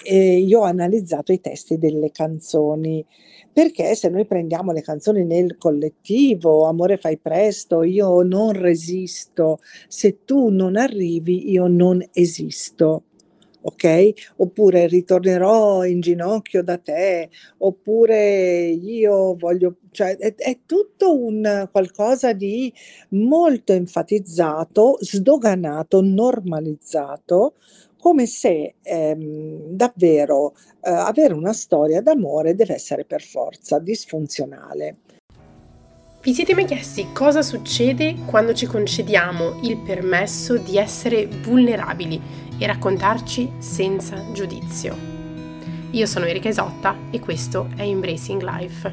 io ho analizzato i testi delle canzoni, perché se noi prendiamo le canzoni nel collettivo, "Amore fai presto", "Io non resisto", "Se tu non arrivi io non esisto", okay, oppure "Ritornerò in ginocchio da te", oppure "Io voglio", cioè è tutto un qualcosa di molto enfatizzato, sdoganato, normalizzato, come se, davvero, avere una storia d'amore deve essere per forza disfunzionale. Vi siete mai chiesti cosa succede quando ci concediamo il permesso di essere vulnerabili e raccontarci senza giudizio? Io sono Erika Isotta e questo è Embracing Life.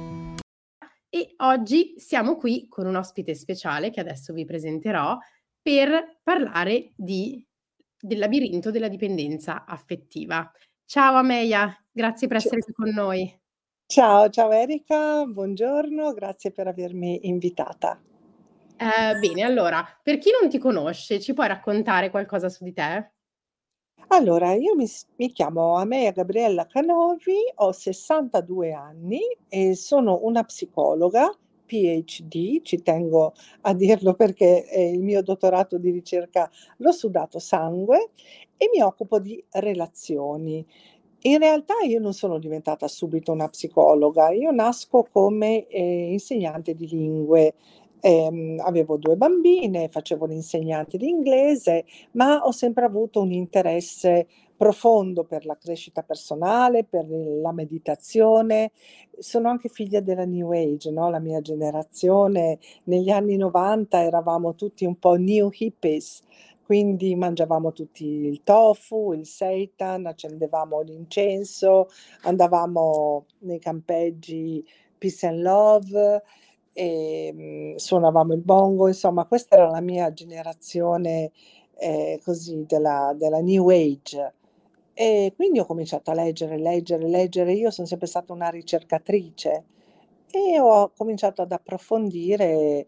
E oggi siamo qui con un ospite speciale che adesso vi presenterò per parlare del labirinto della dipendenza affettiva. Ciao Amelia, grazie per C essere qui con noi. Ciao Erika, buongiorno, grazie per avermi invitata. Bene, allora, per chi non ti conosce, ci puoi raccontare qualcosa su di te? Allora, io mi chiamo Amelia Gabriella Canovi, ho 62 anni e sono una psicologa, PhD, ci tengo a dirlo perché, il mio dottorato di ricerca l'ho sudato sangue, e mi occupo di relazioni. In realtà io non sono diventata subito una psicologa, io nasco come, insegnante di lingue. Avevo 2 bambine, facevo l'insegnante di inglese, ma ho sempre avuto un interesse profondo per la crescita personale, per la meditazione. Sono anche figlia della New Age, no, la mia generazione negli anni '90 eravamo tutti un po' new hippies, quindi mangiavamo tutti il tofu, il seitan, accendevamo l'incenso, andavamo nei campeggi peace and love, suonavamo il bongo, insomma questa era la mia generazione, così della new age. E quindi ho cominciato a leggere, leggere, leggere. Io son sempre stata una ricercatrice e ho cominciato ad approfondire,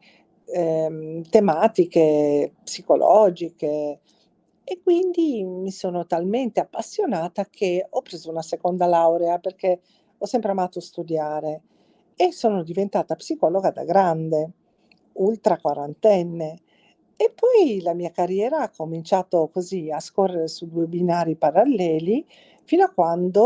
tematiche psicologiche, e quindi mi sono talmente appassionata che ho preso una seconda laurea, perché ho sempre amato studiare, e sono diventata psicologa da grande, ultra quarantenne. E poi la mia carriera ha cominciato così a scorrere su 2 binari paralleli, fino a quando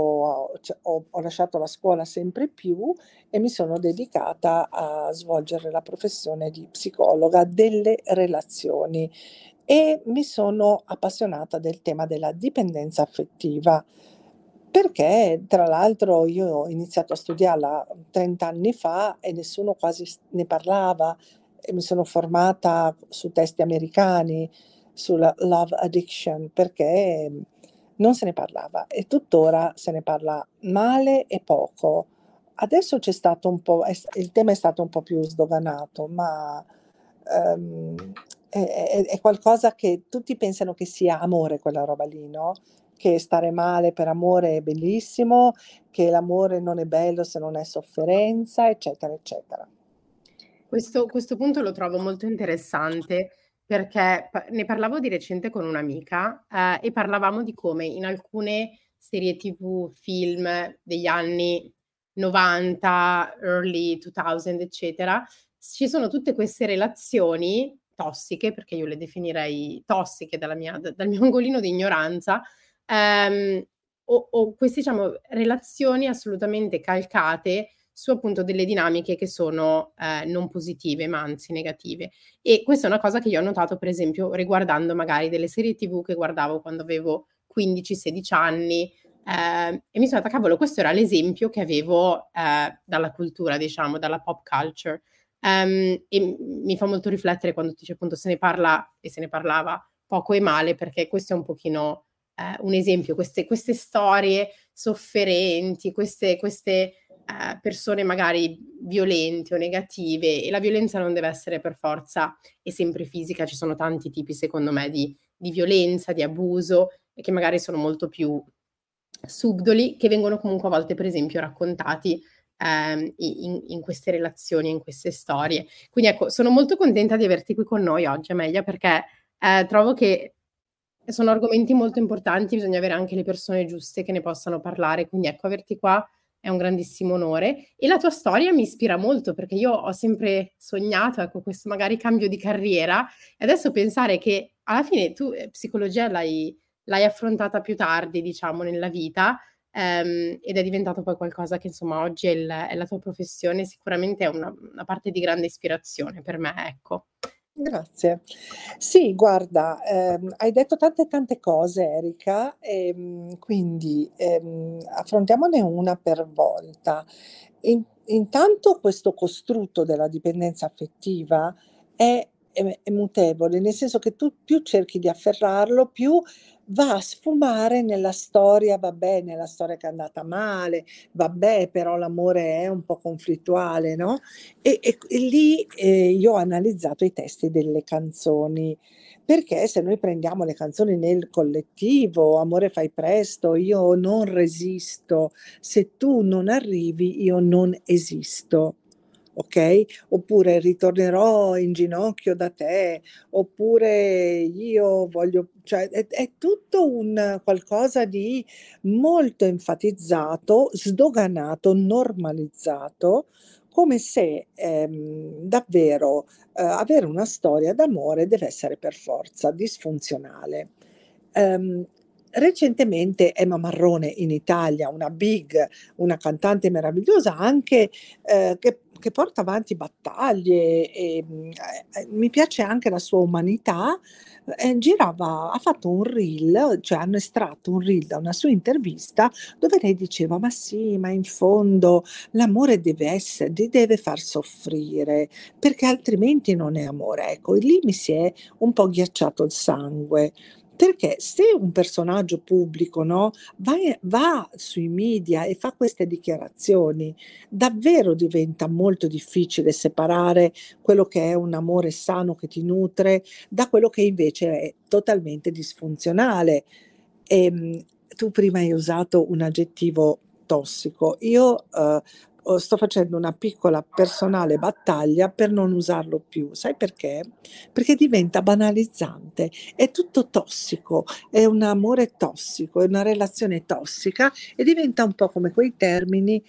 ho lasciato la scuola sempre più e mi sono dedicata a svolgere la professione di psicologa delle relazioni, e mi sono appassionata del tema della dipendenza affettiva, perché tra l'altro io ho iniziato a studiarla 30 anni fa e nessuno quasi ne parlava, e mi sono formata su testi americani, sulla love addiction, perché non se ne parlava, e tuttora se ne parla male e poco. Adesso c'è stato un po', il tema è stato un po' più sdoganato, ma è qualcosa che tutti pensano che sia amore quella roba lì, no, che stare male per amore è bellissimo, che l'amore non è bello se non è sofferenza, eccetera, eccetera. Questo punto lo trovo molto interessante perché ne parlavo di recente con un'amica, e parlavamo di come in alcune serie TV, film degli anni '90, early 2000, eccetera, ci sono tutte queste relazioni tossiche, perché io le definirei tossiche dal mio angolino di ignoranza, ehm, o queste, diciamo, relazioni assolutamente calcate su appunto delle dinamiche che sono, non positive, ma anzi negative. E questa è una cosa che io ho notato per esempio riguardando magari delle serie TV che guardavo quando avevo 15, 16 anni, e mi sono detta: "Cavolo, questo era l'esempio che avevo, dalla cultura, diciamo, dalla pop culture". Mi fa molto riflettere quando tu dici appunto se ne parla e se ne parlava poco e male, perché questo è un pochino, un esempio, queste storie sofferenti, queste persone magari violente o negative, e la violenza non deve essere per forza e sempre fisica, ci sono tanti tipi secondo me di violenza, di abuso e che magari sono molto più subdoli, che vengono comunque a volte per esempio raccontati, in queste relazioni, in queste storie. Quindi ecco, sono molto contenta di averti qui con noi oggi Amelia, perché, trovo che sono argomenti molto importanti, bisogna avere anche le persone giuste che ne possano parlare, quindi ecco, averti qua è un grandissimo onore e la tua storia mi ispira molto perché io ho sempre sognato, ecco, questo magari cambio di carriera e adesso pensare che alla fine tu, psicologia l'hai affrontata più tardi, diciamo, nella vita, ed è diventato poi qualcosa che insomma oggi è la tua professione, sicuramente è una parte di grande ispirazione per me, ecco. Grazie. Sì, guarda, hai detto tante, tante cose Erika, quindi, affrontiamone una per volta. Intanto questo costrutto della dipendenza affettiva è mutevole, nel senso che tu più cerchi di afferrarlo, più va a sfumare nella storia, vabbè, nella storia che è andata male, vabbè, però l'amore è un po' conflittuale, no? E lì io ho analizzato i testi delle canzoni, perché se noi prendiamo le canzoni nel collettivo, Amore fai presto, io non resisto, se tu non arrivi io non esisto. Ok? Oppure ritornerò in ginocchio da te, oppure io voglio, cioè è tutto un qualcosa di molto enfatizzato, sdoganato, normalizzato, come se davvero avere una storia d'amore deve essere per forza disfunzionale. Ehm, Recentemente Emma Marrone in Italia, una big, una cantante meravigliosa, anche che porta avanti battaglie e mi piace anche la sua umanità. Ha fatto un reel, cioè hanno estratto un reel da una sua intervista dove lei diceva: Ma sì, ma in fondo l'amore deve essere, ti deve far soffrire, perché altrimenti non è amore. Ecco, e lì mi si è un po' ghiacciato il sangue. Perché se un personaggio pubblico, no, va sui media e fa queste dichiarazioni, davvero diventa molto difficile separare quello che è un amore sano che ti nutre da quello che invece è totalmente disfunzionale. Tu prima hai usato un aggettivo tossico. Io sto facendo una piccola personale battaglia per non usarlo più. Sai perché? Perché diventa banalizzante, è tutto tossico, è un amore tossico, è una relazione tossica e diventa un po' come quei termini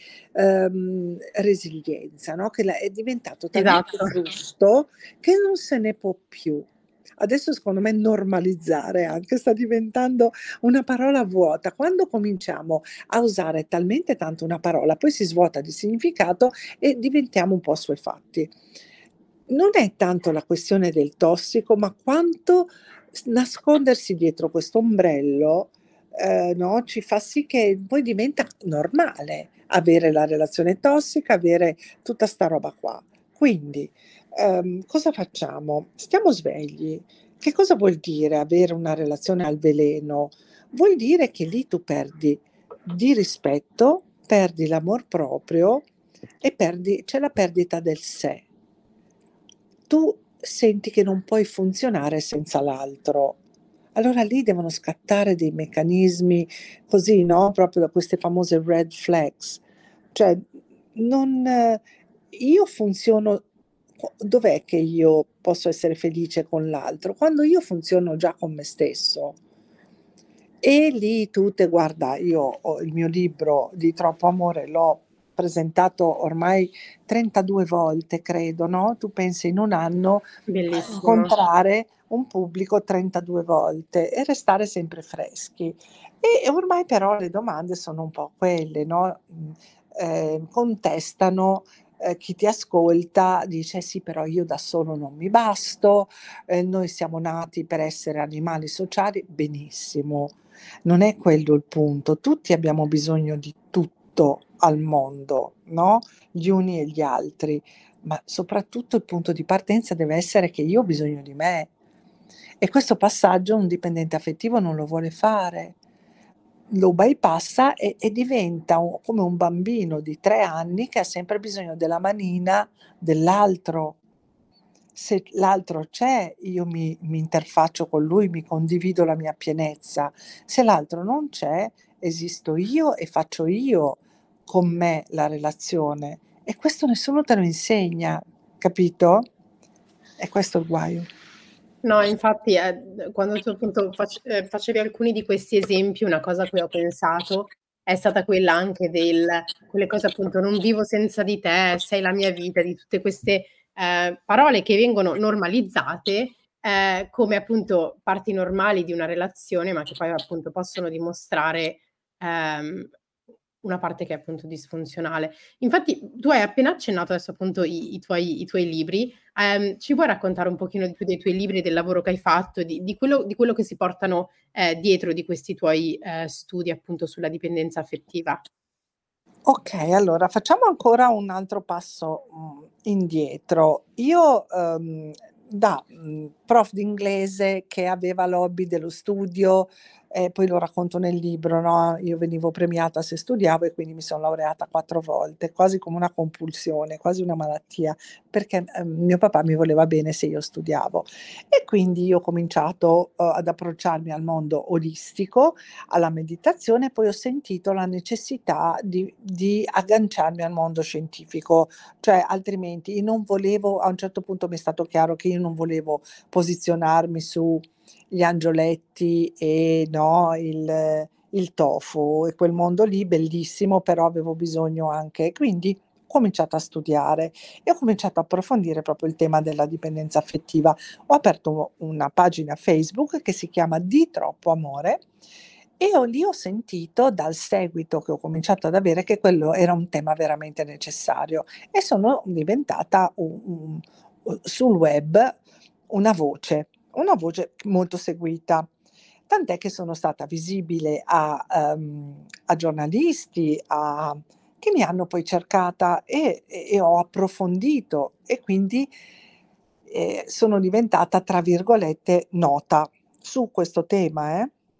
resilienza, no? È diventato talmente Esatto. frusto che non se ne può più. Adesso secondo me normalizzare anche sta diventando una parola vuota. Quando cominciamo a usare talmente tanto una parola, poi si svuota di significato e diventiamo un po' assuefatti. Non è tanto la questione del tossico, ma quanto nascondersi dietro questo ombrello, no, ci fa sì che poi diventa normale avere la relazione tossica, avere tutta sta roba qua. Quindi, cosa facciamo? Stiamo svegli. Che cosa vuol dire avere una relazione al veleno? Vuol dire che lì tu perdi di rispetto, perdi l'amor proprio e c'è la perdita del sé. Tu senti che non puoi funzionare senza l'altro. Allora lì devono scattare dei meccanismi così, no? Proprio da queste famose red flags. Cioè, non, io funziono, dov'è che io posso essere felice con l'altro? Quando io funziono già con me stesso. E lì tutte, guarda, io ho il mio libro di Troppo Amore, l'ho presentato ormai 32 volte, credo, no? Tu pensi in un anno a Bellissimo. incontrare un pubblico 32 volte e restare sempre freschi. E ormai però le domande sono un po' quelle, no? Contestano chi ti ascolta, dice sì, però io da solo non mi basto, noi siamo nati per essere animali sociali, benissimo, non è quello il punto. Tutti abbiamo bisogno di tutto al mondo, no? Gli uni e gli altri, ma soprattutto il punto di partenza deve essere che io ho bisogno di me. E questo passaggio un dipendente affettivo non lo vuole fare. Lo bypassa e diventa come un bambino di 3 anni che ha sempre bisogno della manina dell'altro. Se l'altro c'è, io mi interfaccio con lui, mi condivido la mia pienezza. Se l'altro non c'è, esisto io e faccio io con me la relazione. E questo nessuno te lo insegna, capito? E questo è il guaio. No, infatti, quando tu appunto facevi alcuni di questi esempi, una cosa a cui ho pensato è stata quella anche del quelle cose appunto: "Non vivo senza di te", "Sei la mia vita", di tutte queste, parole che vengono normalizzate, come appunto parti normali di una relazione, ma che poi appunto possono dimostrare, ehm, una parte che è appunto disfunzionale. Infatti tu hai appena accennato adesso appunto i tuoi libri. Ci vuoi raccontare un pochino di più dei tuoi libri, del lavoro che hai fatto, di quello che si portano, dietro di questi tuoi, studi appunto sulla dipendenza affettiva? Okay, allora facciamo ancora un altro passo, indietro. Io, da, prof di inglese che aveva l'hobby dello studio, poi lo racconto nel libro, no, io venivo premiata se studiavo e quindi mi son laureata 4 volte, quasi come una compulsione, quasi una malattia, perché, mio papà mi voleva bene se io studiavo. E quindi io ho cominciato, ad approcciarmi al mondo olistico, alla meditazione, poi ho sentito la necessità di agganciarmi al mondo scientifico, cioè altrimenti non volevo, a un certo punto mi è stato chiaro che io non volevo posizionarmi su gli angioletti e no, il tofu e quel mondo lì bellissimo, però avevo bisogno anche, quindi ho cominciato a studiare e ho cominciato a approfondire proprio il tema della dipendenza affettiva. Ho aperto una pagina Facebook che si chiama Di troppo amore e lì ho sentito dal seguito che ho cominciato ad avere che quello era un tema veramente necessario e sono diventata sul web una voce molto seguita. Tant'è che sono stata visibile a giornalisti, che mi hanno poi cercata e ho approfondito e quindi, sono diventata, tra virgolette, "nota" su questo tema,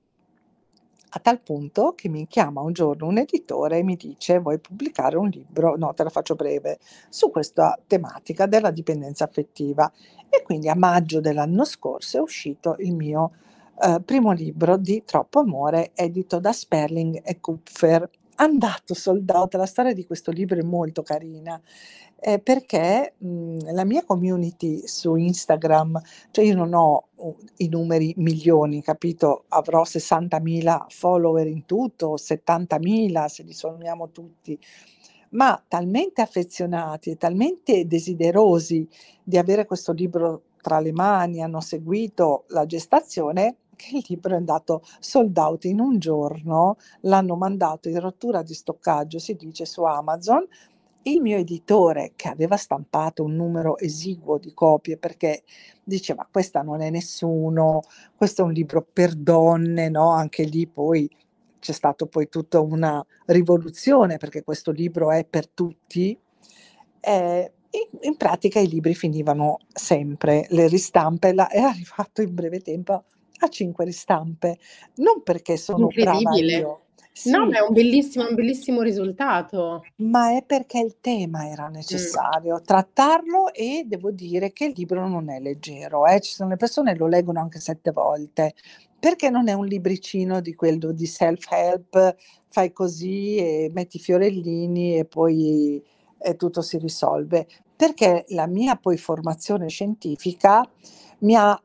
a tal punto che mi chiama un giorno un editore e mi dice: "Vuoi pubblicare un libro?" No, te la faccio breve, su questa tematica della dipendenza affettiva. E quindi a maggio dell'anno scorso è uscito il mio, primo libro, Di troppo amore, edito da Sperling e Kupfer. Andato sold out. La storia di questo libro è molto carina, perché, la mia community su Instagram, cioè io non ho i numeri milioni, capito, avrò 60.000 follower in tutto, 70.000 se li sommiamo tutti, ma talmente affezionati e talmente desiderosi di avere questo libro tra le mani, hanno seguito la gestazione, che il libro è andato sold out in un giorno, l'hanno mandato in rottura di stoccaggio, si dice, su Amazon. Il mio editore, che aveva stampato un numero esiguo di copie perché diceva: "Questa non è nessuno, questo è un libro per donne", no, anche lì poi c'è stato poi tutta una rivoluzione perché questo libro è per tutti. In pratica i libri finivano sempre, le ristampe è arrivato in breve tempo a 5 ristampe, non perché sono brava Incredibile. io. No, ma Sì. è un bellissimo risultato. Ma è perché il tema era Mh. necessario trattarlo e devo dire che il libro non è leggero, ci sono le persone che lo leggono anche 7 volte, perché non è un libricino di quello di self-help, fai così e metti i fiorellini e poi, tutto si risolve. Perché la mia poi formazione scientifica mi ha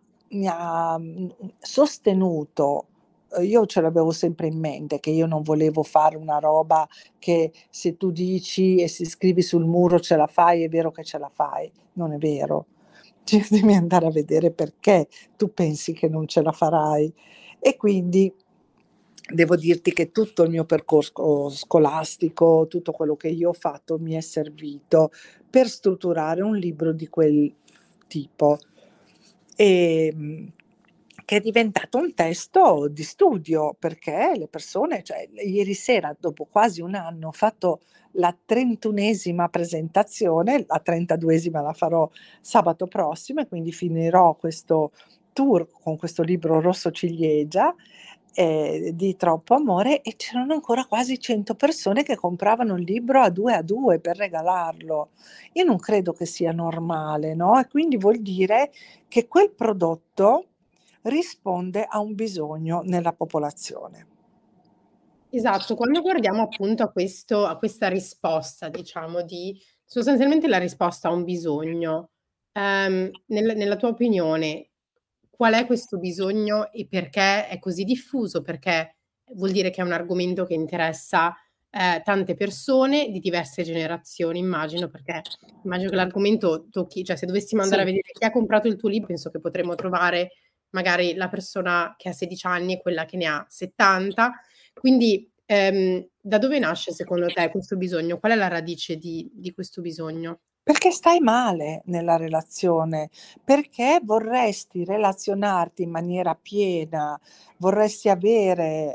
sostenuto, io ce l'avevo sempre in mente che io non volevo fare una roba che se tu dici e se scrivi sul muro ce la fai, è vero che ce la fai. Non è vero. Cioè devi andare a vedere perché tu pensi che non ce la farai. E quindi devo dirti che tutto il mio percorso scolastico, tutto quello che io ho fatto mi è servito per strutturare un libro di quel tipo. Ehm, che è diventato un testo di studio, perché le persone, cioè ieri sera dopo quasi 1 anno ho fatto la 31esima presentazione, la 32esima la farò sabato prossimo e quindi finirò questo tour con questo libro rosso ciliegia, di Troppo amore, e c'erano ancora quasi 100 persone che compravano il libro a 2 per regalarlo. Io non credo che sia normale, no, e quindi vuol dire che quel prodotto risponde a un bisogno nella popolazione. Esatto, quando guardiamo appunto a questa risposta, diciamo, di sostanzialmente la risposta a un bisogno, nella tua opinione, qual è questo bisogno e perché è così diffuso, perché vuol dire che è un argomento che interessa, tante persone di diverse generazioni immagino, perché immagino che l'argomento tocchi cioè se dovessimo andare a Sì. vedere chi ha comprato il tuo libro, penso che potremmo trovare magari la persona che ha 16 anni e quella che ne ha 70. Quindi, da dove nasce secondo te questo bisogno? Qual è la radice di questo bisogno? Perché stai male nella relazione, perché vorresti relazionarti in maniera piena, vorresti avere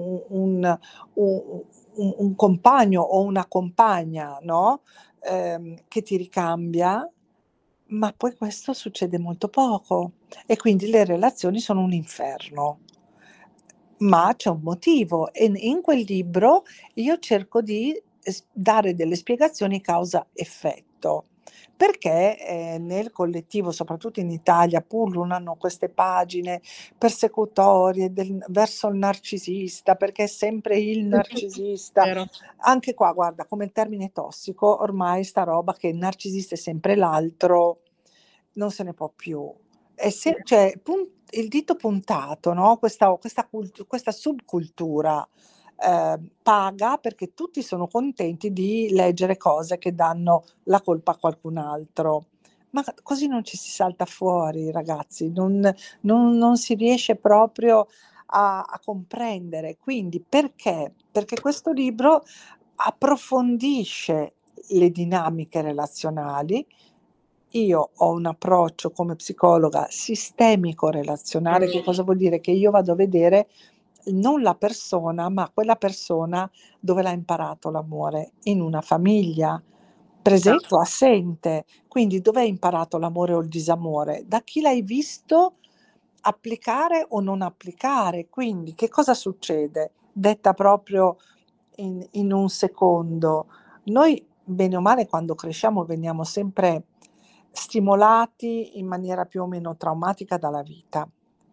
un compagno o una compagna, no, che ti ricambia, ma poi questo succede molto poco e quindi le relazioni sono un inferno. Ma c'è un motivo e in quel libro io cerco di dare delle spiegazioni causa-effetto, perché, nel collettivo, soprattutto in Italia, pullulano queste pagine persecutorie verso il narcisista, perché è sempre il narcisista. Vero. Anche qua guarda, come il termine tossico, ormai sta roba che il narcisista è sempre l'altro, non se ne può più. È Sì. cioè il dito puntato, no, questa subcultura, paga perché tutti sono contenti di leggere cose che danno la colpa a qualcun altro. Ma così non ci si salta fuori ragazzi, non si riesce proprio a comprendere. Quindi perché? Perché questo libro approfondisce le dinamiche relazionali. Io ho un approccio come psicologa sistemico relazionale, che cosa vuol dire? Che io vado a vedere non la persona, ma quella persona dove l'ha imparato l'amore, in una famiglia, presente o assente. Quindi dove hai imparato l'amore o il disamore? Da chi l'hai visto applicare o non applicare. Quindi che cosa succede? Detta proprio in un secondo, noi bene o male quando cresciamo veniamo sempre stimolati in maniera più o meno traumatica dalla vita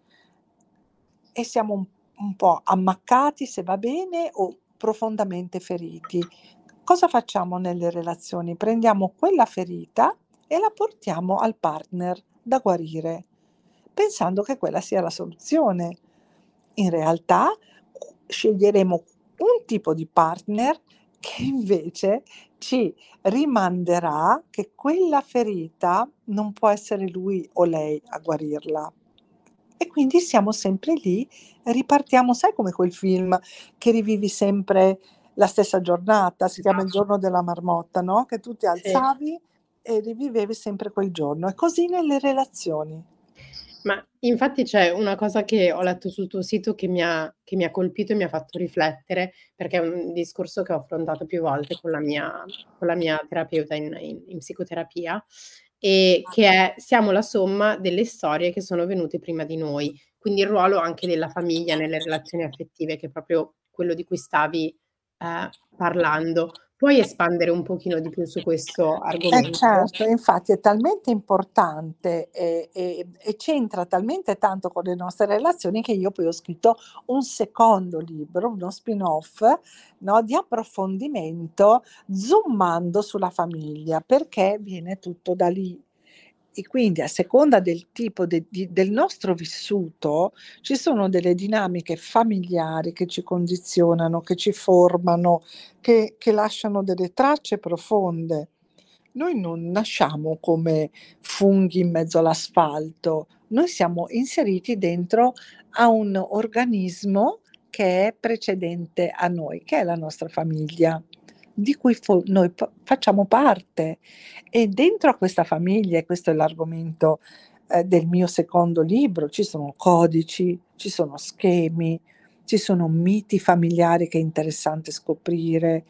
e siamo un po' ammaccati, se va bene, o profondamente feriti. Cosa facciamo nelle relazioni? Prendiamo quella ferita e la portiamo al partner da guarire, pensando che quella sia la soluzione. In realtà sceglieremo un tipo di partner che invece ci rimanderà che quella ferita non può essere lui o lei a guarirla. E quindi siamo sempre lì, ripartiamo, sai come quel film che rivivi sempre la stessa giornata, si chiama Il Esatto. giorno della marmotta, no, che tu ti Sì. alzavi e rivivevi sempre quel giorno. È così nelle relazioni. Ma infatti c'è una cosa che ho letto sul tuo sito che mi ha colpito e mi ha fatto riflettere, perché è un discorso che ho affrontato più volte con la mia terapeuta in psicoterapia, che è: siamo la somma delle storie che sono venute prima di noi. Quindi il ruolo anche della famiglia nelle relazioni affettive, che è proprio quello di cui stavi, parlando. Puoi espandere un pochino di più su questo argomento? Certo, infatti è talmente importante e c'entra talmente tanto con le nostre relazioni che io poi ho scritto un secondo libro, uno spin-off, no, di approfondimento zoomando sulla famiglia, perché viene tutto da lì. E quindi a seconda del tipo del nostro vissuto, ci sono delle dinamiche familiari che ci condizionano, che ci formano, che lasciano delle tracce profonde. Noi non nasciamo come funghi in mezzo all'asfalto, noi siamo inseriti dentro a un organismo che è precedente a noi, che è la nostra famiglia, di cui noi facciamo parte. E dentro a questa famiglia, e questo è l'argomento del mio secondo libro, ci sono codici, ci sono schemi, ci sono miti familiari che è interessante scoprire,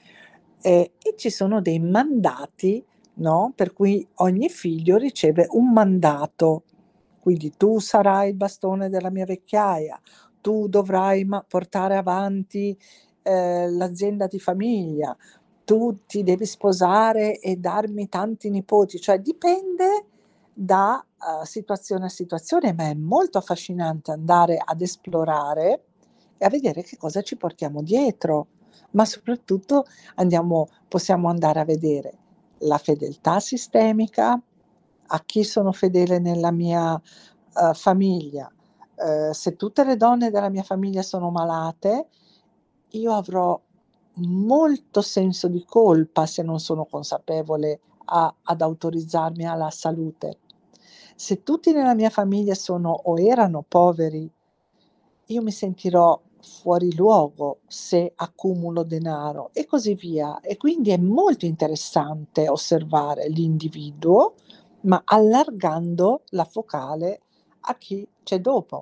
e ci sono dei mandati, no, per cui ogni figlio riceve un mandato. Quindi tu sarai il bastone della mia vecchiaia, tu dovrai portare avanti, l'azienda di famiglia, tu ti devi sposare e darmi tanti nipoti, cioè dipende da, situazione a situazione, ma è molto affascinante andare ad esplorare e a vedere che cosa ci portiamo dietro, ma soprattutto possiamo andare a vedere la fedeltà sistemica, a chi sono fedele nella mia famiglia, se tutte le donne della mia famiglia sono malate, io avrò molto senso di colpa se non sono consapevole ad autorizzarmi alla salute. Se tutti nella mia famiglia sono o erano poveri, io mi sentirò fuori luogo se accumulo denaro e così via. E quindi è molto interessante osservare l'individuo, ma allargando la focale a chi c'è dopo.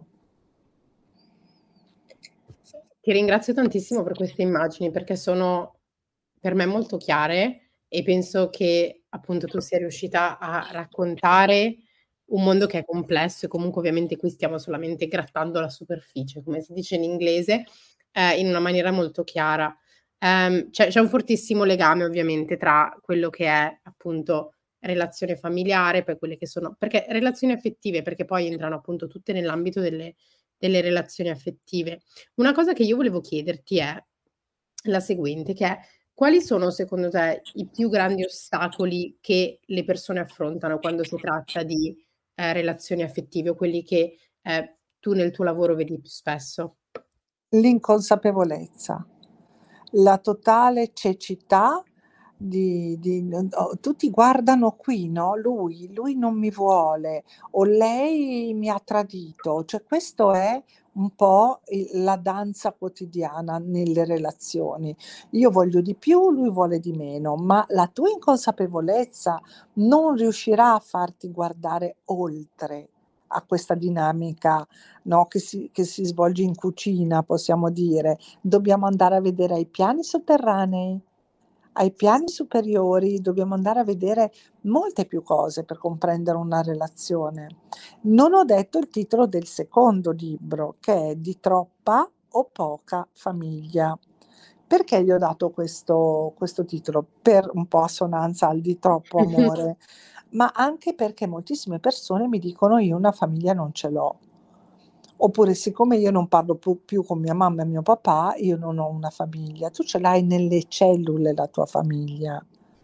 Ti ringrazio tantissimo per queste immagini perché sono per me molto chiare e penso che appunto tu sia riuscita a raccontare un mondo che è complesso e comunque ovviamente qui stiamo solamente grattando la superficie, come si dice in inglese, in una maniera molto chiara. C'è un fortissimo legame ovviamente tra quello che è appunto relazione familiare, poi quelle che sono perché relazioni affettive, perché poi entrano appunto tutte nell'ambito delle relazioni affettive. Una cosa che io volevo chiederti è la seguente, che è: quali sono secondo te i più grandi ostacoli che le persone affrontano quando si tratta di, relazioni affettive o quelli che, tu nel tuo lavoro vedi più spesso? L'inconsapevolezza, la totale cecità di n o tutti guardano qui, no, lui non mi vuole o lei mi ha tradito, cioè questo è un po' la danza quotidiana nelle relazioni. Io voglio di più, lui vuole di meno, ma la tua inconsapevolezza non riuscirà a farti guardare oltre a questa dinamica, no, che si svolge in cucina, possiamo dire. Dobbiamo andare a vedere ai piani sotterranei, ai piani superiori, dobbiamo andare a vedere molte più cose per comprendere una relazione. Non ho detto il titolo del secondo libro, che è Di troppa o poca famiglia. Perché gli ho dato questo titolo? Per un po' assonanza al di troppo amore, ma anche perché moltissime persone mi dicono: "Io una famiglia non ce l'ho." Oppure: "Siccome io non parlo più con mia mamma e mio papà, io non ho una famiglia." Tu ce l'hai nelle cellule la tua famiglia.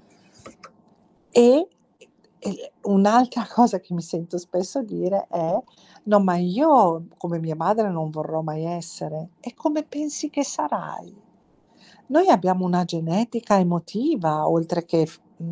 E un'altra cosa che mi sento spesso dire è: "No, ma io come mia madre non vorrò mai essere." E come pensi che sarai? Noi abbiamo una genetica emotiva oltre che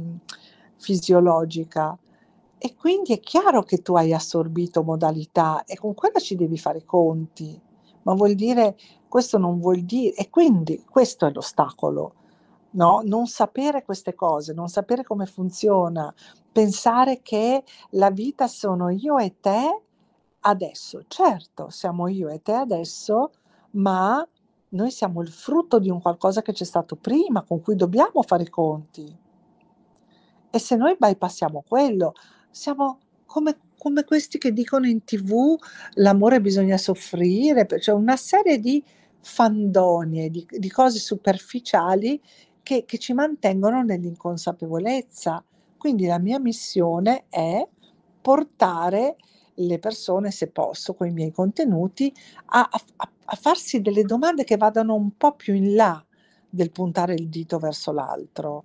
fisiologica e quindi è chiaro che tu hai assorbito modalità e con quella ci devi fare i conti. Ma vuol dire questo non vuol di e quindi questo è l'ostacolo, no, non sapere queste cose, non sapere come funziona, pensare che la vita sono io e te adesso. Certo, siamo io e te adesso, ma noi siamo il frutto di un qualcosa che c'è stato prima, con cui dobbiamo fare i conti. E se noi bypassiamo quello, siamo come questi che dicono in TV: "L'amore bisogna soffrire", cioè una serie di fandonie, di cose superficiali che ci mantengono nell'inconsapevolezza. Quindi la mia missione è portare le persone, se posso, coi miei contenuti, a farsi delle domande che vadano un po' più in là del puntare il dito verso l'altro.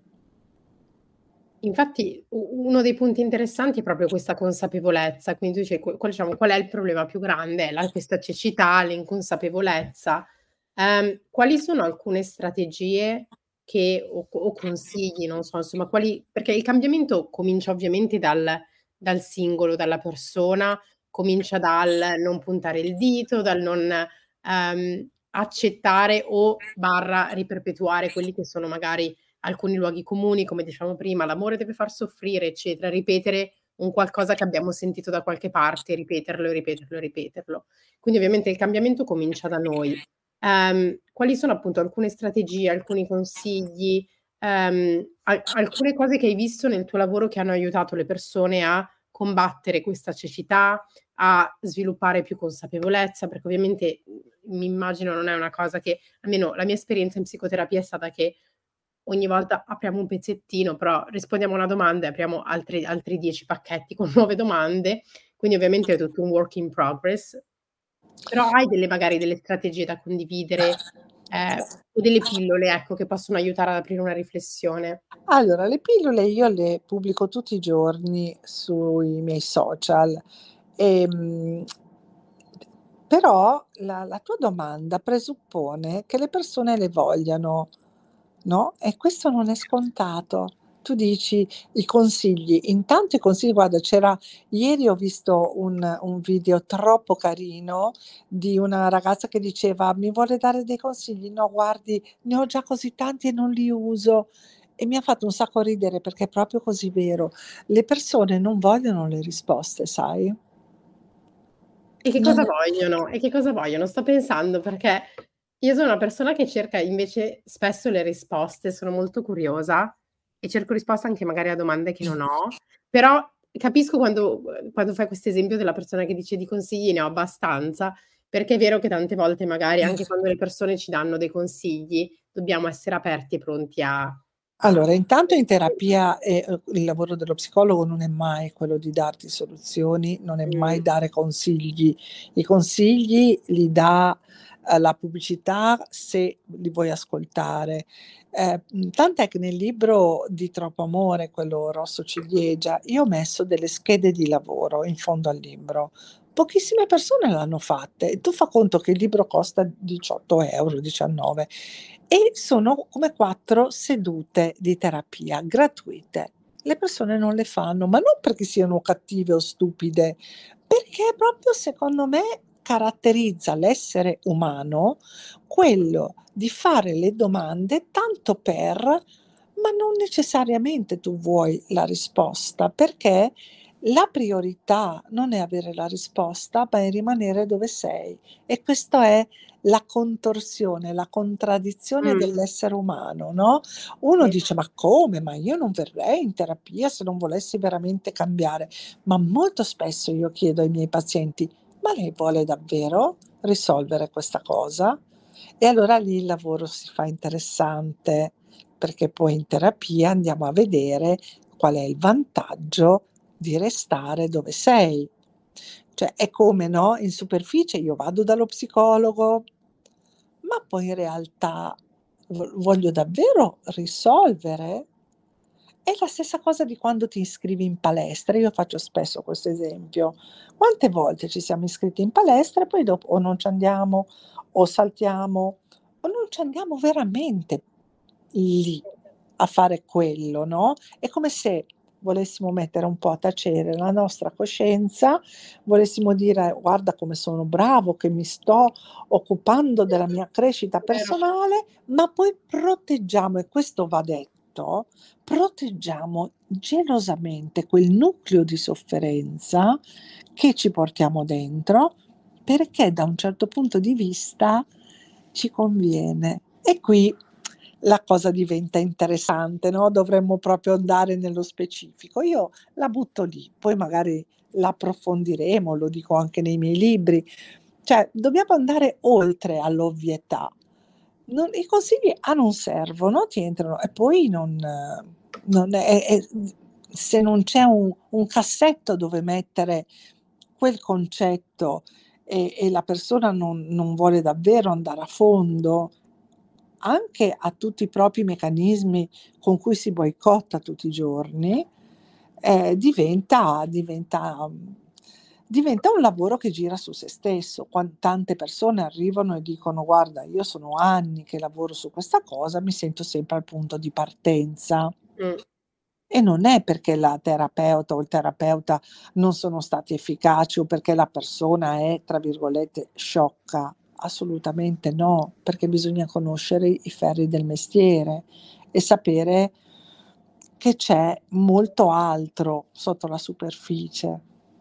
Infatti uno dei punti interessanti è proprio questa consapevolezza, quindi tu dici qual è il problema più grande? È la questa cecità, l'inconsapevolezza. Quali sono alcune strategie che o consigli, non so, insomma quali perché il cambiamento comincia ovviamente dal singolo, dalla persona, comincia dal non puntare il dito, dal non, accettare o barra riperpetuare quelli che sono magari alcuni luoghi comuni, come dicevamo prima, l'amore deve far soffrire, eccetera, ripetere un qualcosa che abbiamo sentito da qualche parte, ripeterlo, ripeterlo, ripeterlo. Quindi ovviamente il cambiamento comincia da noi. Quali sono appunto alcune strategie, alcuni consigli, alcune cose che hai visto nel tuo lavoro che hanno aiutato le persone a combattere questa cecità, a sviluppare più consapevolezza? Perché ovviamente, mi immagino non è una cosa che almeno la mia esperienza in psicoterapia è stata che ogni volta apriamo un pezzettino, però rispondiamo a una domanda e apriamo altri 10 pacchetti con nuove domande, quindi ovviamente è tutto un work in progress. Però hai magari delle strategie da condividere, o delle pillole, ecco, che possono aiutare ad aprire una riflessione? Allora, le pillole io le pubblico tutti i giorni sui miei social Ehm, però la tua domanda presuppone che le persone le vogliano, no, e questo non è scontato. Tu dici i consigli, intanto i consigli, guarda, ieri ho visto un video troppo carino di una ragazza che diceva: "Mi vuole dare dei consigli?" "No, guardi, ne ho già così tanti e non li uso." E mi ha fatto un sacco ridere perché è proprio così vero. Le persone non vogliono le risposte, sai? E che Non cosa vogliono? E che cosa vogliono? Sto pensando perché io sono una persona che cerca invece spesso le risposte, sono molto curiosa e cerco risposte anche magari a domande che non ho, però capisco quando fai questo esempio della persona che dice: "Di consigli ne ho abbastanza", perché è vero che tante volte magari anche quando le persone ci danno dei consigli, dobbiamo essere aperti e pronti a Allora, intanto in terapia, il lavoro dello psicologo non è mai quello di darti soluzioni, non è mh, mai dare consigli. I consigli li dà, la pubblicità se li vuoi ascoltare. Tant'è che nel libro di Troppo Amore, quello rosso ciliegia, io ho messo delle schede di lavoro in fondo al libro. Pochissime persone l'hanno fatte e tu fa conto che il libro costa 18 €, 19, e sono come 4 sedute di terapia gratuite. Le persone non le fanno, ma non perché siano cattive o stupide, perché proprio secondo me caratterizza l'essere umano quello di fare le domande tanto per, ma non necessariamente tu vuoi la risposta, perché la priorità non è avere la risposta, ma è rimanere dove sei. E questo è la contorsione, la contraddizione mh, dell'essere umano, no, uno sì. dice: "Ma come? Ma io non verrei in terapia se non volessi veramente cambiare." Ma molto spesso io chiedo ai miei pazienti: "Ma lei vuole davvero risolvere questa cosa?" E allora lì il lavoro si fa interessante, perché poi in terapia andiamo a vedere qual è il vantaggio di restare dove sei. Cioè è come, no, in superficie io vado dallo psicologo, ma poi in realtà voglio davvero risolvere? È la stessa cosa di quando ti iscrivi in palestra, io faccio spesso questo esempio. Quante volte ci siamo iscritti in palestra e poi dopo o non ci andiamo, o saltiamo, o non ci andiamo veramente lì a fare quello, no, è come se volessimo mettere un po' a tacere la nostra coscienza, volessimo dire: "Guarda come sono bravo, che mi sto occupando della mia crescita Vero. personale", ma poi proteggiamo, e questo va detto, proteggiamo gelosamente quel nucleo di sofferenza che ci portiamo dentro, perché da un certo punto di vista ci conviene. E qui la cosa diventa interessante, no, dovremmo proprio andare nello specifico. Io la butto lì, poi magari la approfondiremo, lo dico anche nei miei libri. Cioè, dobbiamo andare oltre all'ovvietà. I consigli non servono, ti entrano e poi non se non c'è un cassetto dove mettere quel concetto e la persona non vuole davvero andare a fondo, anche a tutti i propri meccanismi con cui si boicotta tutti i giorni, diventa un lavoro che gira su se stesso. Tante persone arrivano e dicono: "Guarda, io sono anni che lavoro su questa cosa, mi sento sempre al punto di partenza." Mh. E non è perché la terapeuta o il terapeuta non sono stati efficaci o perché la persona è, tra virgolette, "sciocca", assolutamente no, perché bisogna conoscere i ferri del mestiere e sapere che c'è molto altro sotto la superficie.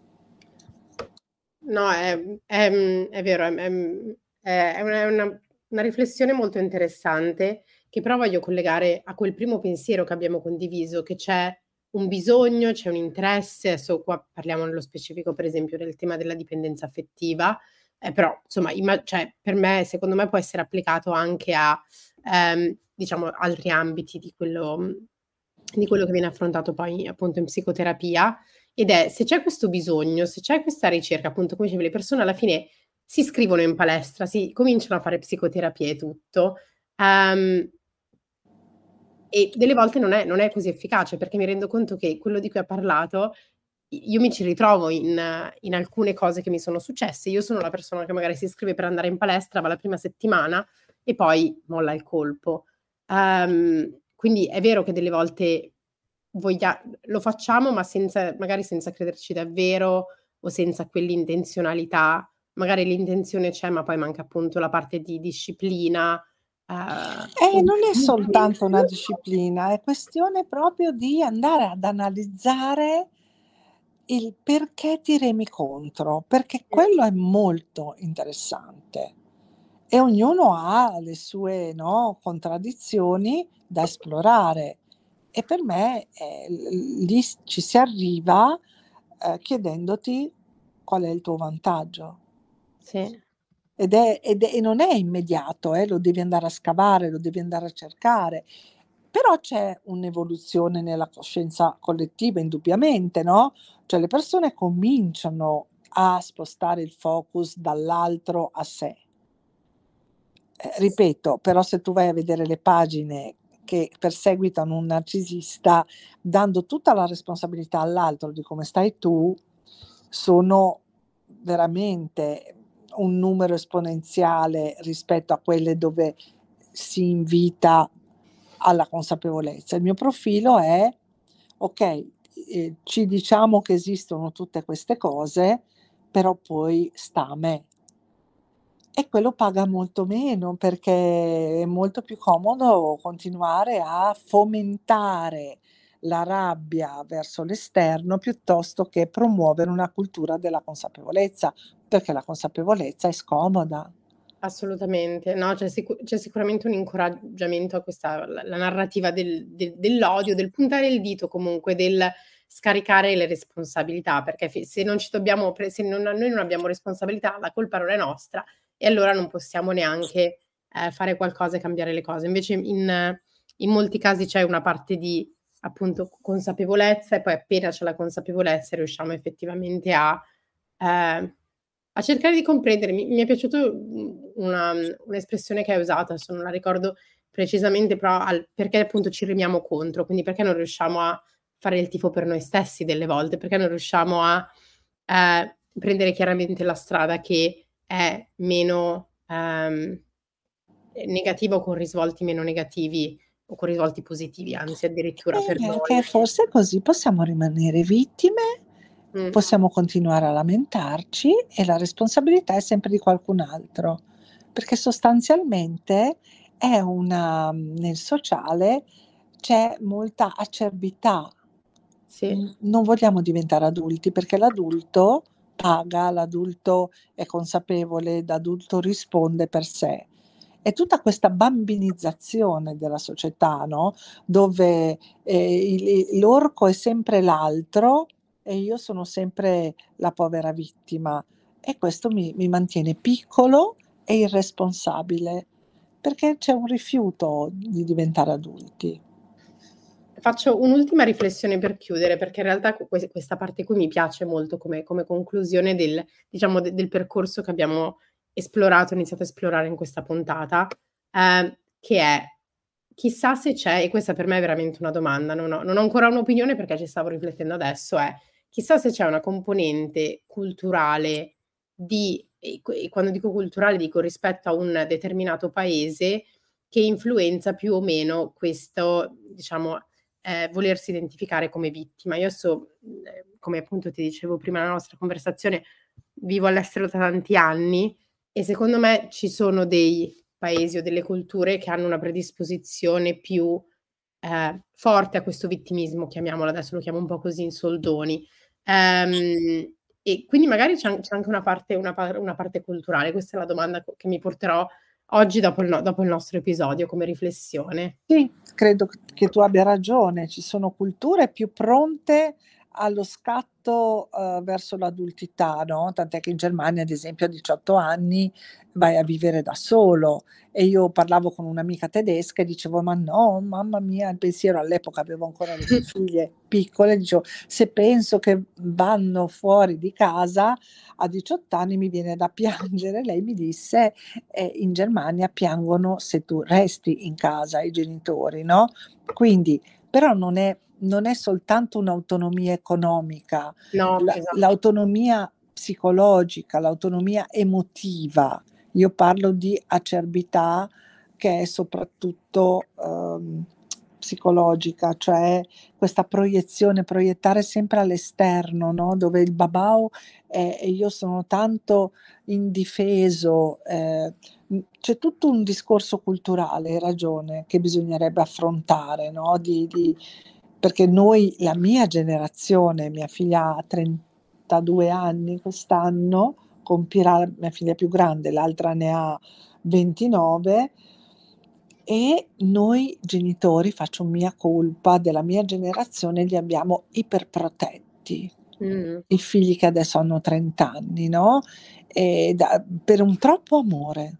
No, è vero, è una riflessione molto interessante, che però voglio collegare a quel primo pensiero che abbiamo condiviso, che c'è un bisogno, c'è un interesse, adesso qua parliamo nello specifico per esempio del tema della dipendenza affettiva, però insomma cioè per me secondo me può essere applicato anche a, diciamo altri ambiti di quello che viene affrontato poi appunto in psicoterapia, ed è se c'è questo bisogno, se c'è questa ricerca, appunto come dicevi, le persone alla fine si iscrivono in palestra, si cominciano a fare psicoterapia e tutto, ehm, e delle volte non è così efficace, perché mi rendo conto che quello di cui ha parlato io mi ci ritrovo in alcune cose che mi sono successe. Io sono la persona che magari si iscrive per andare in palestra, va la prima settimana e poi molla il colpo. Quindi è vero che delle volte lo facciamo, ma magari senza crederci davvero o senza quell'intenzionalità. Magari l'intenzione c'è, ma poi manca appunto la parte di disciplina, o di Non è soltanto una impegno. disciplina, è questione proprio di andare ad analizzare il perché ti remi contro, perché quello è molto interessante e ognuno ha le sue, no, contraddizioni da esplorare e per me, lì ci si arriva, chiedendoti qual è il tuo vantaggio. Sì. E non è immediato, lo devi andare a scavare, lo devi andare a cercare. Però c'è un'evoluzione nella coscienza collettiva indubbiamente, no, cioè le persone cominciano a spostare il focus dall'altro a sé. Ripeto, però se tu vai a vedere le pagine che perseguitano un narcisista, dando tutta la responsabilità all'altro di come stai tu, sono veramente un numero esponenziale rispetto a quelle dove si invita alla consapevolezza. Il mio profilo è: okay, ci diciamo che esistono tutte queste cose, però poi sta a me. E quello paga molto meno, perché è molto più comodo continuare a fomentare la rabbia verso l'esterno, piuttosto che promuovere una cultura della consapevolezza, perché la consapevolezza è scomoda. Assolutamente. No, c'è sicuramente un incoraggiamento a questa la narrativa dell'odio, del puntare il dito comunque, del scaricare le responsabilità, perché se non ci dobbiamo se non noi non abbiamo responsabilità, la colpa non è nostra e allora non possiamo neanche, fare qualcosa e cambiare le cose. Invece in molti casi c'è una parte di, appunto, consapevolezza e poi appena c'è la consapevolezza riusciamo effettivamente ehm a cercare di comprendere. Mi è piaciuto, un'espressione che hai usato, adesso non la ricordo precisamente, però perché appunto ci remiamo contro, quindi perché non riusciamo a fare il tifo per noi stessi delle volte, perché non riusciamo a, prendere chiaramente la strada che è meno, negativa o con risvolti meno negativi o con risvolti positivi, anzi addirittura per Che noi. forse così possiamo rimanere vittime, Mh, possiamo continuare a lamentarci e la responsabilità è sempre di qualcun altro, perché sostanzialmente è nel sociale c'è molta acerbità. sì. Non vogliamo diventare adulti, perché l'adulto paga, l'adulto è consapevole, l'adulto risponde per sé. È tutta questa bambinizzazione della società, no, dove, l'orco è sempre l'altro e io sono sempre la povera vittima e questo mi mantiene piccolo e irresponsabile, perché c'è un rifiuto di diventare adulti. Faccio un'ultima riflessione per chiudere, perché in realtà questa parte qui mi piace molto come conclusione del diciamo del percorso che abbiamo iniziato a esplorare in questa puntata, che è: chissà se c'è, e questa per me è veramente una domanda, non ho ancora un'opinione perché ci stavo riflettendo adesso, chissà se c'è una componente culturale e quando dico culturale dico rispetto a un determinato paese, che influenza più o meno questo, diciamo, volersi identificare come vittima. Io adesso, come appunto ti dicevo prima nella nostra conversazione, vivo all'estero da tanti anni e secondo me ci sono dei paesi o delle culture che hanno una predisposizione più, forte a questo vittimismo, chiamiamolo, adesso lo chiamo un po' così in soldoni. E quindi magari c'è anche una parte culturale. Questa è la domanda che mi porterò oggi dopo il nostro episodio come riflessione. Sì, credo che tu abbia ragione. Ci sono culture più pronte allo scatto, verso l'adultità, no, tant'è che in Germania, ad esempio, a 18 anni vai a vivere da solo. E io parlavo con un'amica tedesca e dicevo: "Ma no, mamma mia", il pensiero all'epoca avevo ancora le mie figlie piccole, dicevo: "Se penso che vanno fuori di casa a 18 anni mi viene da piangere". Lei mi disse: in Germania piangono se tu resti in casa, i genitori, no, quindi però non è non è soltanto un'autonomia economica, No, esatto. l'autonomia psicologica, l'autonomia emotiva. Io parlo di acerbità che è soprattutto psicologica, cioè questa proiezione, proiettare sempre all'esterno, no? Dove il babau è e io sono tanto indifeso, c'è tutto un discorso culturale, hai ragione, che bisognerebbe affrontare, no? Perché noi, la mia generazione, mia figlia ha 32 anni quest'anno, compirà, mia figlia più grande, l'altra ne ha 29, e noi genitori, faccio mia colpa, della mia generazione, li abbiamo iperprotetti. I figli che adesso hanno 30 anni, no, per un troppo amore,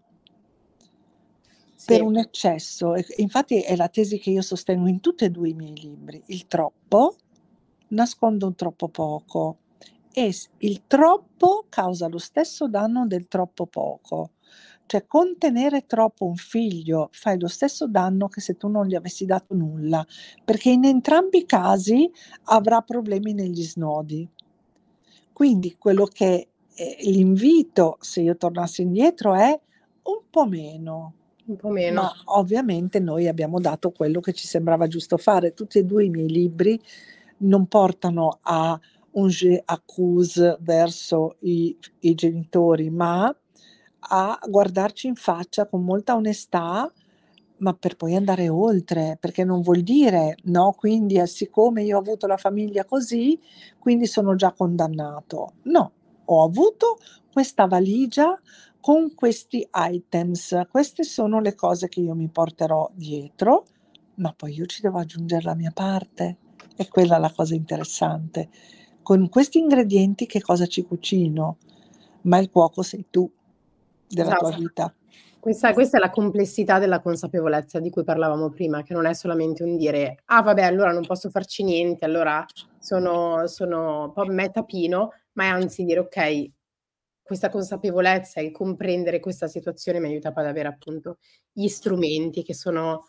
per Sì, un eccesso. E infatti è la tesi che io sostengo in tutti e 2 i miei libri. Il troppo nasconde un troppo poco e il troppo causa lo stesso danno del troppo poco. Cioè contenere troppo un figlio fai lo stesso danno che se tu non gli avessi dato nulla, perché in entrambi i casi avrà problemi negli snodi. Quindi quello che l'invito, se io tornassi indietro, è un po' meno. un po' meno. Ma ovviamente noi abbiamo dato quello che ci sembrava giusto fare. Tutti e 2 i miei libri non portano a un jeu accuse verso i genitori, ma a guardarci in faccia con molta onestà, ma per poi andare oltre, perché non vuol dire, no, quindi siccome io ho avuto la famiglia così, quindi sono già condannato. No, ho avuto questa valigia con questi items, queste sono le cose che io mi porterò dietro, ma poi io ci devo aggiungere la mia parte. È quella la cosa interessante. Con questi ingredienti che cosa ci cucino? Ma il cuoco sei tu della tua Esatto. vita. Questa è la complessità della consapevolezza di cui parlavamo prima, che non è solamente un dire: "Ah vabbè, allora non posso farci niente, allora sono un po' me tapino", ma è anzi dire: "Okay, questa consapevolezza e il comprendere questa situazione mi aiuta poi ad avere appunto gli strumenti che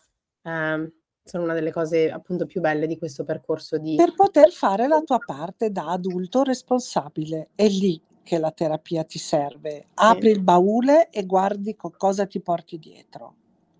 sono una delle cose appunto più belle di questo percorso di". Per poter fare la tua parte da adulto responsabile. È lì che la terapia ti serve. Sì, Apri il baule e guardi cosa ti porti dietro.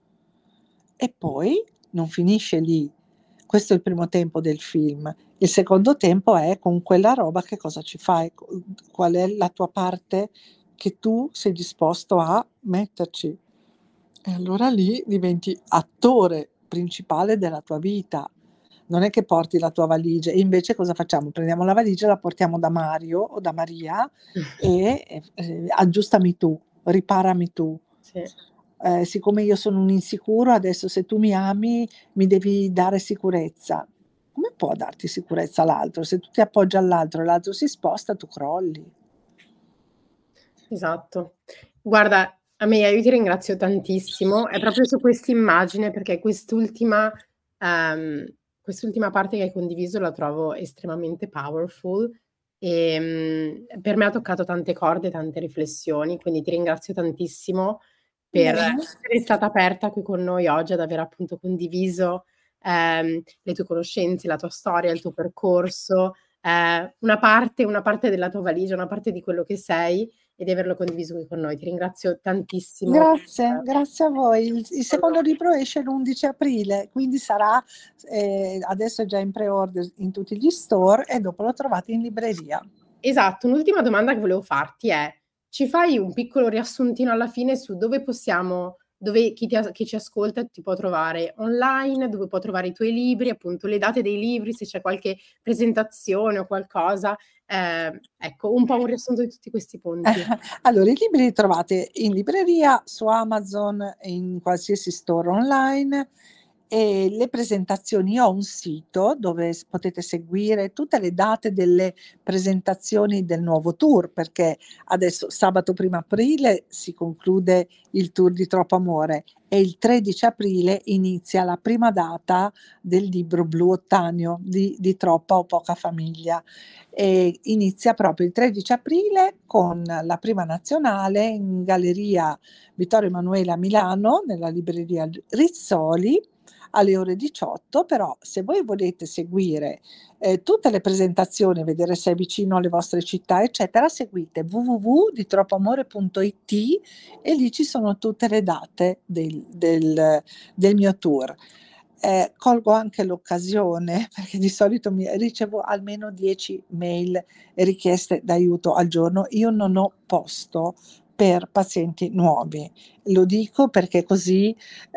E poi non finisce lì. Questo è il primo tempo del film. Il secondo tempo è con quella roba che cosa ci fai, qual è la tua parte che tu sei disposto a metterci. E allora lì diventi attore principale della tua vita. Non è che porti la tua valigia e invece cosa facciamo? Prendiamo la valigia, la portiamo da Mario o da Maria e aggiustami tu, riparami tu. sì. Siccome io sono un insicuro, adesso se tu mi ami mi devi dare sicurezza. Come può darti sicurezza l'altro? Se tu ti appoggi all'altro e l'altro si sposta, tu crolli. Esatto. Guarda, Amelia, io ti ringrazio tantissimo. È proprio su quest'immagine, perché quest'ultima parte che hai condiviso la trovo estremamente powerful. Per me ha toccato tante corde, tante riflessioni, quindi ti ringrazio tantissimo per Bene. essere stata aperta qui con noi oggi, ad aver appunto condiviso, le tue conoscenze, la tua storia, il tuo percorso, una parte della tua valigia, una parte di quello che sei e di averlo condiviso qui con noi. Ti ringrazio tantissimo Grazie, grazie a voi. Il con secondo libro esce l'11 aprile, quindi sarà adesso è già in pre-order in tutti gli store e dopo lo trovate in libreria. Esatto, un'ultima domanda che volevo farti è: ci fai un piccolo riassuntino alla fine su dove chi ci ascolta ti può trovare online, dove può trovare i tuoi libri, appunto le date dei libri, se c'è qualche presentazione o qualcosa, ecco, un po' un riassunto di tutti questi punti. Allora, i libri li trovate in libreria, su Amazon e in qualsiasi store online e le presentazioni ho un sito dove potete seguire tutte le date delle presentazioni del nuovo tour, perché adesso sabato 1° aprile si conclude il tour di Troppo Amore e il 13 aprile inizia la prima data del libro Blu Ottanio di Troppa o Poca Famiglia. Inizia proprio il 13 aprile con la prima nazionale in Galleria Vittorio Emanuele a Milano, nella libreria Rizzoli, alle ore 18, però se voi volete seguire tutte le presentazioni, vedere se è vicino alle vostre città, eccetera, seguite www.ditroppoamore.it e lì ci sono tutte le date del mio tour. Colgo anche l'occasione, perché di solito ricevo almeno 10 mail e richieste d'aiuto al giorno. Io non ho posto per pazienti nuovi. Lo dico perché così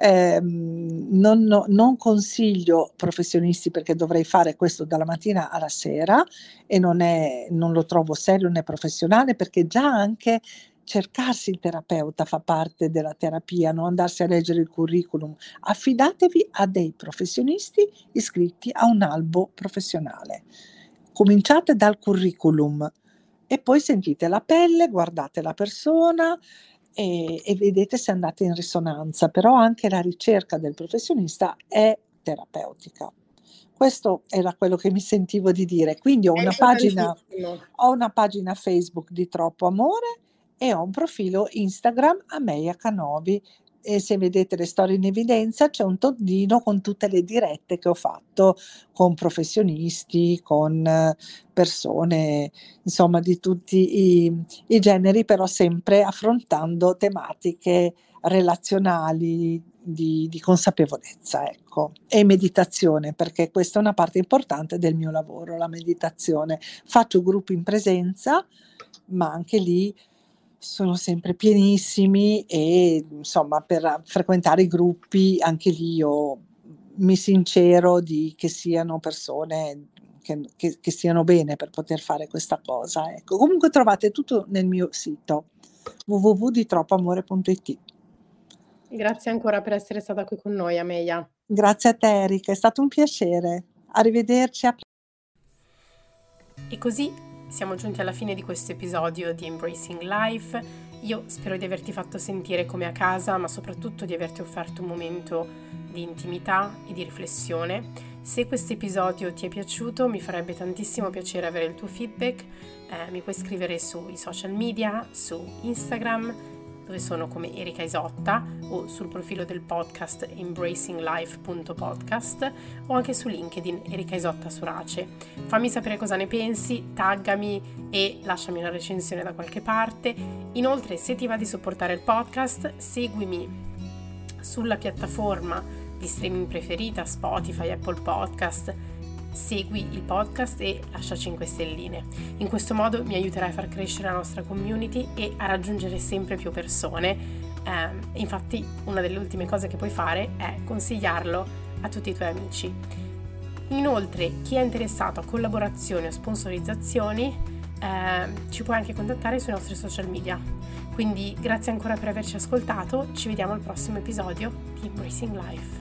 non consiglio professionisti, perché dovrei fare questo dalla mattina alla sera e non lo trovo serio né professionale, perché già anche cercarsi il terapeuta fa parte della terapia, non andarsi a leggere il curriculum. Affidatevi a dei professionisti iscritti a un albo professionale. Cominciate dal curriculum e poi sentite la pelle, guardate la persona e vedete se andate in risonanza, però anche la ricerca del professionista è terapeutica. Questo era quello che mi sentivo di dire. Quindi ho È una pagina Facebook di Troppo Amore e ho un profilo Instagram Amelia Canovi, e se vedete le storie in evidenza c'è un tondino con tutte le dirette che ho fatto con professionisti, con persone, insomma, di tutti i generi, però sempre affrontando tematiche relazionali, di consapevolezza, ecco, e meditazione, perché questa è una parte importante del mio lavoro, la meditazione. Faccio gruppi in presenza, ma anche lì sono sempre pienissimi e insomma per frequentare i gruppi anche lì io mi sincero che siano persone che stiano bene per poter fare questa cosa, ecco. Comunque trovate tutto nel mio sito www.ditroppoamore.it. Grazie ancora per essere stata qui con noi, Amelia. Grazie a te Erika, è stato un piacere. Arrivederci. E così siamo giunti alla fine di questo episodio di Embracing Life. Io spero di averti fatto sentire come a casa, ma soprattutto di averti offerto un momento di intimità e di riflessione. Se questo episodio ti è piaciuto, mi farebbe tantissimo piacere avere il tuo feedback. Mi puoi scrivere sui social media, su Instagram, dove sono come Erika Isotta, o sul profilo del podcast embracinglife.podcast, o anche su LinkedIn Erika Isotta Surace. Fammi sapere cosa ne pensi, taggami e lasciami una recensione da qualche parte. Inoltre, se ti va di supportare il podcast, seguimi sulla piattaforma di streaming preferita, Spotify, Apple Podcast. Segui il podcast e lascia 5 stelline. In questo modo mi aiuterai a far crescere la nostra community e a raggiungere sempre più persone. Infatti una delle ultime cose che puoi fare è consigliarlo a tutti i tuoi amici. Inoltre, chi è interessato a collaborazioni o sponsorizzazioni ci puoi anche contattare sui nostri social media. Quindi grazie ancora per averci ascoltato, ci vediamo al prossimo episodio di Embracing Life.